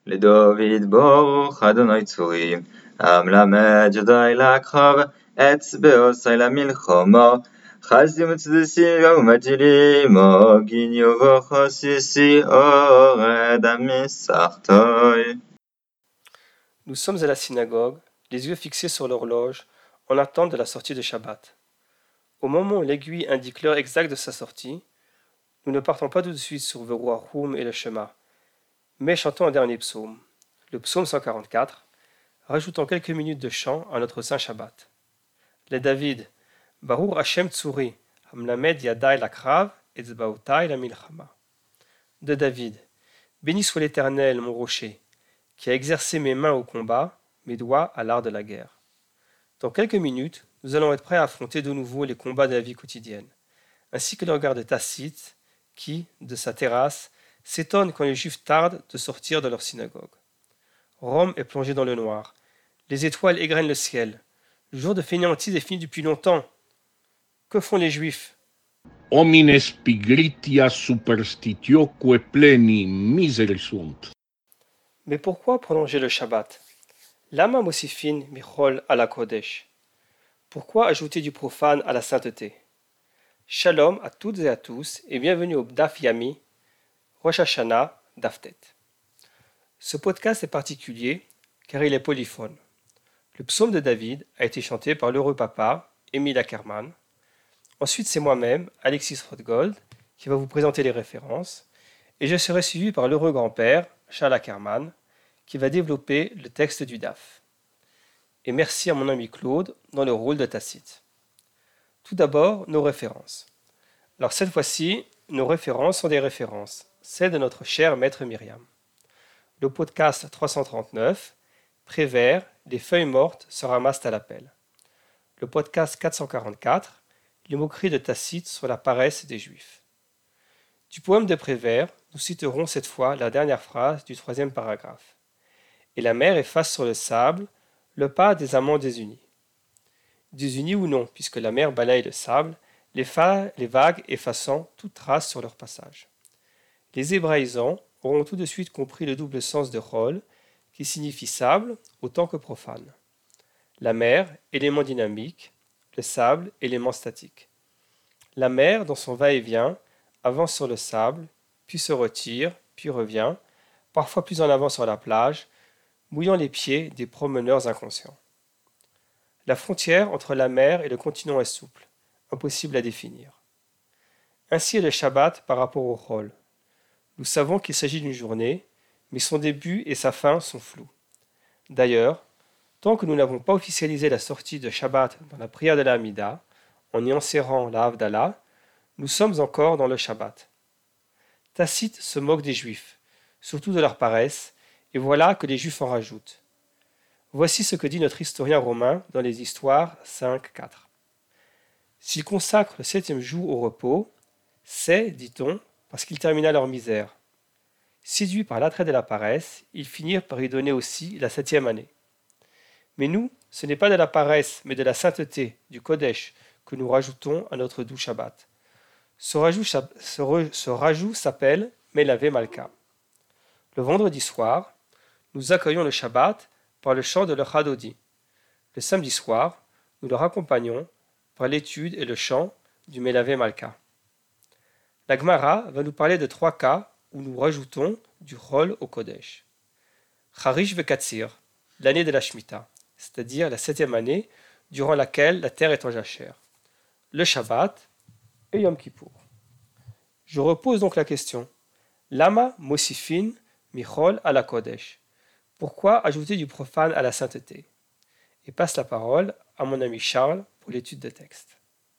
לדוד ברוך אדוני צורים, המלמד ידי לקרב, אצבעו שי למלחמה, חסדים וצדסים ומג'ילים, גיניו וחסיסי אורד המסכתוי. Nous sommes à la synagogue, les yeux fixés sur l'horloge, en attente de la sortie de Shabbat. Au moment où l'aiguille indique l'heure exacte de sa sortie, nous ne partons pas tout de suite sur Veruachum et le Shema, mais chantons un dernier psaume, le psaume 144, rajoutant quelques minutes de chant à notre Saint Shabbat. Les David, Baruch Hashem Tsuri, Hamlamed Yadai Lakrav, Etzbaotai la Milchama. De David, béni soit l'Éternel, mon rocher, qui a exercé mes mains au combat, mes doigts à l'art de la guerre. Dans quelques minutes, nous allons être prêts à affronter de nouveau les combats de la vie quotidienne, ainsi que le regard de Tacite, qui, de sa terrasse, s'étonne quand les Juifs tardent de sortir de leur synagogue. Rome est plongée dans le noir. Les étoiles égrènent le ciel. Le jour de fainéantise est fini depuis longtemps. Que font les Juifs? Homines pigritia superstitioque pleni miseri sunt. Mais pourquoi prolonger le Shabbat? Lama mosifin michol à la Kodesh. Pourquoi ajouter du profane à la sainteté? Shalom à toutes et à tous et bienvenue au Daf Yami, Rosh Hashanah, Daftet. Ce podcast est particulier car il est polyphone. Le psaume de David a été chanté par l'heureux papa, Émile Ackerman. Ensuite, c'est moi-même, Alexis Rothgold, qui va vous présenter les références. Et je serai suivi par l'heureux grand-père, Charles Ackerman, qui va développer le texte du DAF. Et merci à mon ami Claude dans le rôle de Tacite. Tout d'abord, nos références. Alors cette fois-ci, nos références sont des références, celles de notre chère maître Myriam. Le podcast 339, Prévert, les feuilles mortes se ramassent à l'appel. Le podcast 444, les moqueries de Tacite sur la paresse des Juifs. Du poème de Prévert, nous citerons cette fois la dernière phrase du 3e paragraphe. Et la mer efface sur le sable le pas des amants désunis. Désunis ou non, puisque la mer balaye le sable, les vagues effaçant toute trace sur leur passage. Les hébraïsants auront tout de suite compris le double sens de Chol, qui signifie sable autant que profane. La mer, élément dynamique, le sable, élément statique. La mer, dans son va-et-vient, avance sur le sable, puis se retire, puis revient, parfois plus en avant sur la plage, mouillant les pieds des promeneurs inconscients. La frontière entre la mer et le continent est souple, impossible à définir. Ainsi est le Shabbat par rapport au Chol. Nous savons qu'il s'agit d'une journée, mais son début et sa fin sont flous. D'ailleurs, tant que nous n'avons pas officialisé la sortie de Shabbat dans la prière de la Hamida, en y insérant la Havdalah, nous sommes encore dans le Shabbat. Tacite se moque des Juifs, surtout de leur paresse, et voilà que les Juifs en rajoutent. Voici ce que dit notre historien romain dans les Histoires 5-4. S'ils consacrent le 7e jour au repos, c'est, dit-on, parce qu'ils termina leur misère. Séduits par l'attrait de la paresse, ils finirent par y donner aussi la 7e année. Mais nous, ce n'est pas de la paresse, mais de la sainteté, du Kodesh, que nous rajoutons à notre doux Shabbat. Ce rajout s'appelle Melavé Malka. Le vendredi soir, nous accueillons le Shabbat par le chant de le Chadodi. Le samedi soir, nous le raccompagnons par l'étude et le chant du Melavé Malka. La Gemara va nous parler de 3 cas où nous rajoutons du Chol au Kodesh. Charish Vekatsir, l'année de la Shemitah, c'est-à-dire la 7e année durant laquelle la terre est en jachère. Le Shabbat et Yom Kippour. Je repose donc la question. Lama Mosifin Michol à la Kodesh. Pourquoi ajouter du profane à la sainteté? Et passe la parole à mon ami Charles pour l'étude de texte.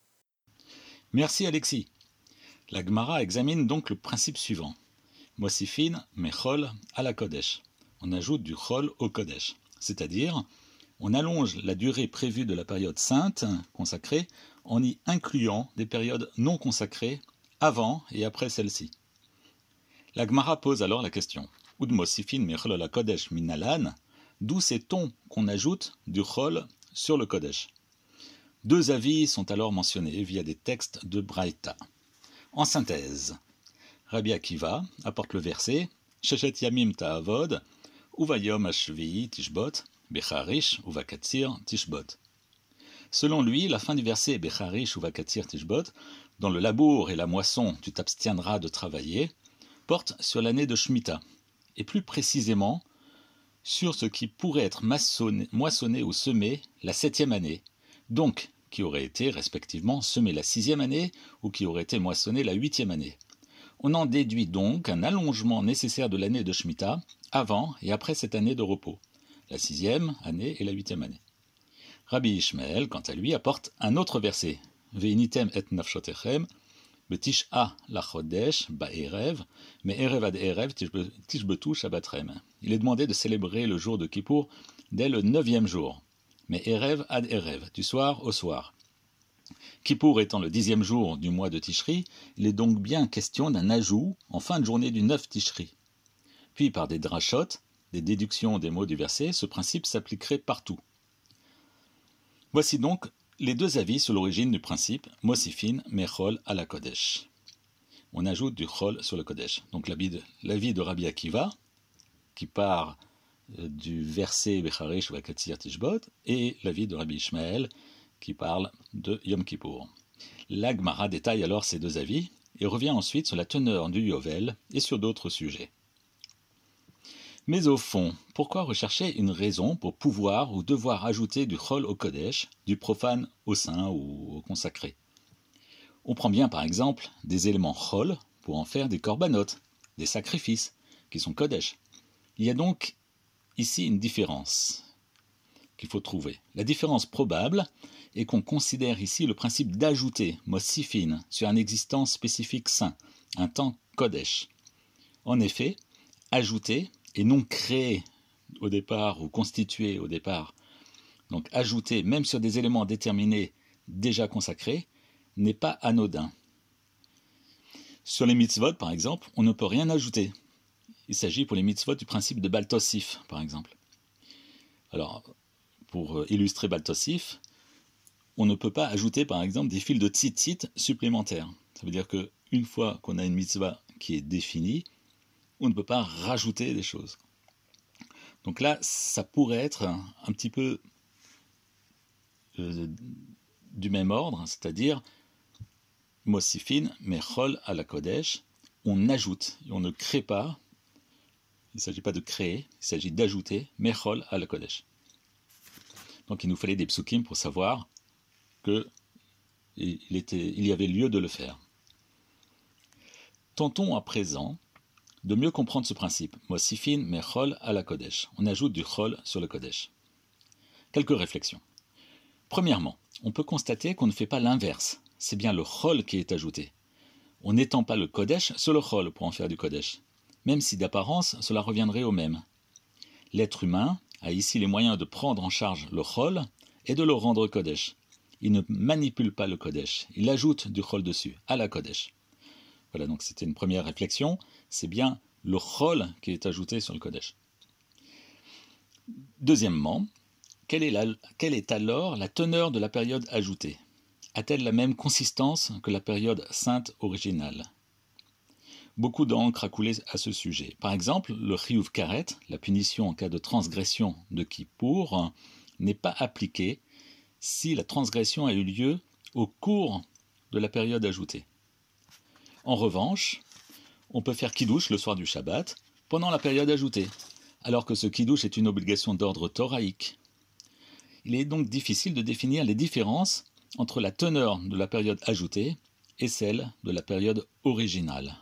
Merci Alexis. La Gemara examine donc le principe suivant. Mosifin Mechol à la Kodesh. On ajoute du Chol au Kodesh. C'est-à-dire, on allonge la durée prévue de la période sainte, consacrée, en y incluant des périodes non consacrées avant et après celle-ci. La Gemara pose alors la question. Ud Mosifin Mechol à la Kodesh minalan, d'où sait-on qu'on ajoute du Chol sur le Kodesh? 2 avis sont alors mentionnés via des textes de Braïta. En synthèse, Rabbi Akiva apporte le verset Sheshet Yamim Ta'avod, Uvayom Hashvi'i Tishbot, Becharish Uvakatsir Tishbot. Selon lui, la fin du verset Becharish Uvakatsir Tishbot, dans le labour et la moisson tu t'abstiendras de travailler, porte sur l'année de Shemitah, et plus précisément sur ce qui pourrait être moissonné ou semé la 7e année, donc qui aurait été respectivement semé la 6e année ou qui aurait été moissonné la 8e année. On en déduit donc un allongement nécessaire de l'année de Shemitah avant et après cette année de repos, la 6e année et la 8e année. Rabbi Ishmael, quant à lui, apporte un autre verset, Ve'initem et nafshotechem, betish'a lachodesh ba'erev, mais erev ad erev tishbetu shabbatrem. Il est demandé de célébrer le jour de Kippour dès le 9e jour, mais erev ad erev, du soir au soir. Kippour étant le 10e jour du mois de Tishri, il est donc bien question d'un ajout en fin de journée du 9 Tishri. Puis par des drachot, des déductions des mots du verset, ce principe s'appliquerait partout. Voici donc les deux avis sur l'origine du principe Mosifin Mechol à la Kodesh. On ajoute du Chol sur le Kodesh. Donc l'avis de Rabbi Akiva, qui part du verset Becharish Vakatzir Tishbot, et l'avis de Rabbi Ishmael, qui parle de Yom Kippour. La Gemara détaille alors ces deux avis et revient ensuite sur la teneur du Yovel et sur d'autres sujets. Mais au fond, pourquoi rechercher une raison pour pouvoir ou devoir ajouter du Chol au Kodesh, du profane au saint ou au consacré? On prend bien par exemple des éléments Chol pour en faire des korbanot, des sacrifices, qui sont Kodesh. Il y a donc ici une différence qu'il faut trouver. La différence probable est qu'on considère ici le principe d'ajouter, Mosifin, sur un existant spécifique saint, un temps Kodesh. En effet, ajouter et non créer au départ ou constituer au départ, donc ajouter même sur des éléments déterminés déjà consacrés, n'est pas anodin. Sur les mitzvot, par exemple, on ne peut rien ajouter. Il s'agit pour les mitzvot du principe de Baltosif, par exemple. Alors, pour illustrer Baltosif, on ne peut pas ajouter, par exemple, des fils de tzitzit supplémentaires. Ça veut dire qu'une fois qu'on a une mitzvah qui est définie, on ne peut pas rajouter des choses. Donc là, ça pourrait être un petit peu du même ordre, c'est-à-dire Mosifin, Mechol à la Kodesh, on ajoute, et on ne crée pas, il ne s'agit pas de créer, il s'agit d'ajouter Mechol à la Kodesh. Donc il nous fallait des psukim pour savoir qu'il y avait lieu de le faire. Tentons à présent de mieux comprendre ce principe. Mosifin Mechol à la Kodesh. On ajoute du Chol sur le Kodesh. Quelques réflexions. Premièrement, on peut constater qu'on ne fait pas l'inverse. C'est bien le Chol qui est ajouté. On n'étend pas le Kodesh sur le Chol pour en faire du Kodesh. Même si d'apparence, cela reviendrait au même. L'être humain a ici les moyens de prendre en charge le Chol et de le rendre Kodesh. Il ne manipule pas le Kodesh. Il ajoute du Chol dessus, à la Kodesh. Voilà, donc c'était une première réflexion. C'est bien le Chol qui est ajouté sur le Kodesh. Deuxièmement, quelle est alors la teneur de la période ajoutée? A-t-elle la même consistance que la période sainte originale? Beaucoup d'encre a coulé à ce sujet. Par exemple, le Chiyuv Karet, la punition en cas de transgression de Kippour, n'est pas appliquée si la transgression a eu lieu au cours de la période ajoutée. En revanche, on peut faire Kiddush le soir du Shabbat pendant la période ajoutée, alors que ce Kiddush est une obligation d'ordre thoraïque. Il est donc difficile de définir les différences entre la teneur de la période ajoutée et celle de la période originale.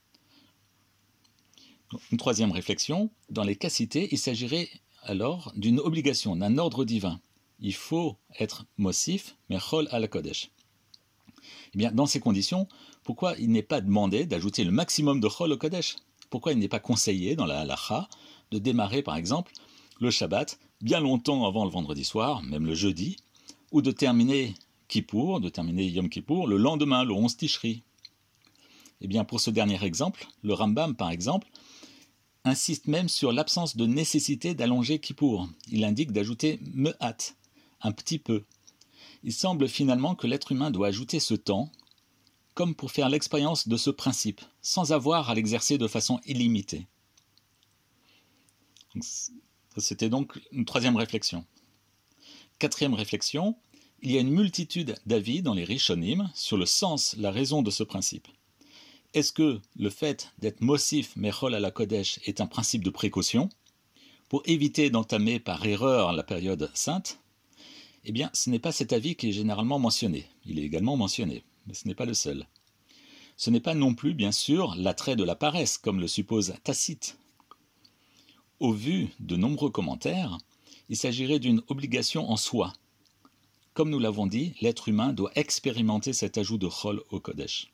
Une troisième réflexion, dans les cas cités, il s'agirait alors d'une obligation, d'un ordre divin. Il faut être Mosif, Mechol à la Kodesh. Eh bien, dans ces conditions, pourquoi il n'est pas demandé d'ajouter le maximum de Chol au Kodesh? Pourquoi il n'est pas conseillé dans la Halacha de démarrer par exemple le Shabbat bien longtemps avant le vendredi soir, même le jeudi, ou de terminer Kippour, de terminer Yom Kippour le lendemain, le 11 Tishri? Eh bien, pour ce dernier exemple, le Rambam par exemple insiste même sur l'absence de nécessité d'allonger Kippour. Il indique d'ajouter Me'at, un petit peu. Il semble finalement que l'être humain doit ajouter ce temps comme pour faire l'expérience de ce principe, sans avoir à l'exercer de façon illimitée. C'était donc une troisième réflexion. Quatrième réflexion, il y a une multitude d'avis dans les Rishonim sur le sens, la raison de ce principe. Est-ce que le fait d'être Mosif Mechol à la Kodesh est un principe de précaution pour éviter d'entamer par erreur la période sainte? Eh bien, ce n'est pas cet avis qui est généralement mentionné. Il est également mentionné, mais ce n'est pas le seul. Ce n'est pas non plus, bien sûr, l'attrait de la paresse, comme le suppose Tacite. Au vu de nombreux commentaires, il s'agirait d'une obligation en soi. Comme nous l'avons dit, l'être humain doit expérimenter cet ajout de Chol au Kodesh.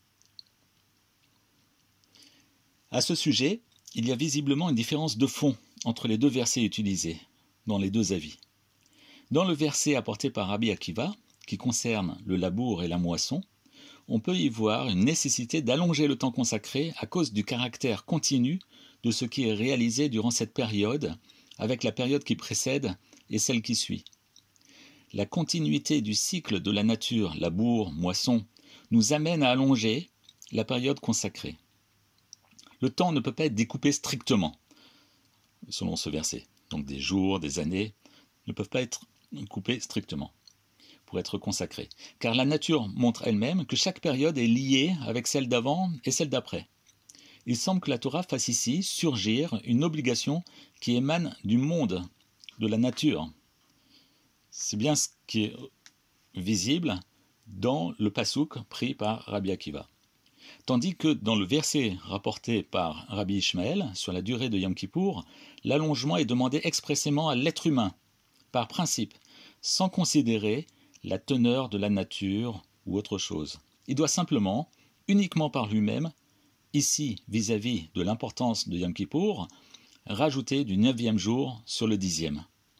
À ce sujet, il y a visiblement une différence de fond entre les deux versets utilisés dans les deux avis. Dans le verset apporté par Rabbi Akiva, qui concerne le labour et la moisson, on peut y voir une nécessité d'allonger le temps consacré à cause du caractère continu de ce qui est réalisé durant cette période, avec la période qui précède et celle qui suit. La continuité du cycle de la nature, labour, moisson, nous amène à allonger la période consacrée. Le temps ne peut pas être découpé strictement, selon ce verset. Donc des jours, des années ne peuvent pas être coupés strictement pour être consacrés. Car la nature montre elle-même que chaque période est liée avec celle d'avant et celle d'après. Il semble que la Torah fasse ici surgir une obligation qui émane du monde, de la nature. C'est bien ce qui est visible dans le passouk pris par Rabbi Akiva. Tandis que dans le verset rapporté par Rabbi Ishmael sur la durée de Yom Kippour, l'allongement est demandé expressément à l'être humain, par principe, sans considérer la teneur de la nature ou autre chose. Il doit simplement, uniquement par lui-même, ici vis-à-vis de l'importance de Yom Kippour, rajouter du 9e jour sur le 10e.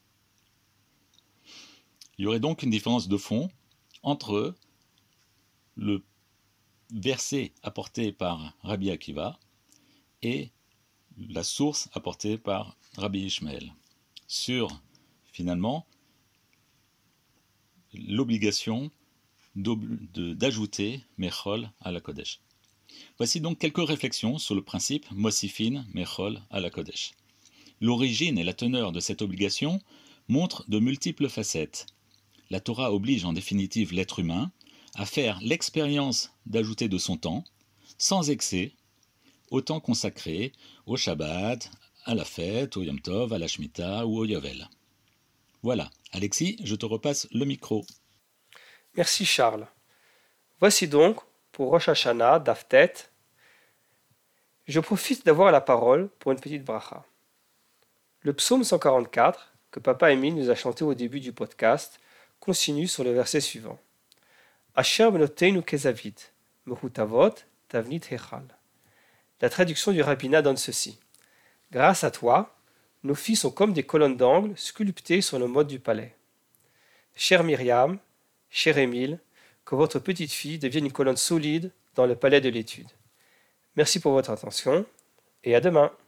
Il y aurait donc une différence de fond entre le verset apporté par Rabbi Akiva et la source apportée par Rabbi Ishmael sur, finalement, l'obligation d'ajouter Mechol à la Kodesh. Voici donc quelques réflexions sur le principe Mosifin Mechol à la Kodesh. L'origine et la teneur de cette obligation montrent de multiples facettes. La Torah oblige en définitive l'être humain à faire l'expérience d'ajouter de son temps, sans excès, au temps consacré au Shabbat, à la fête, au Yom Tov, à la Shemitah ou au Yovel. Voilà, Alexis, je te repasse le micro. Merci Charles. Voici donc, pour Rosh Hashanah, Daftet, je profite d'avoir la parole pour une petite bracha. Le psaume 144, que Papa Émile nous a chanté au début du podcast, continue sur le verset suivant. Asher benoteinu kezavit, mehutavot tavnit hechal. La traduction du rabbinat donne ceci. Grâce à toi, nos filles sont comme des colonnes d'angle sculptées sur le mode du palais. Chère Myriam, cher Émile, que votre petite fille devienne une colonne solide dans le palais de l'étude. Merci pour votre attention et à demain.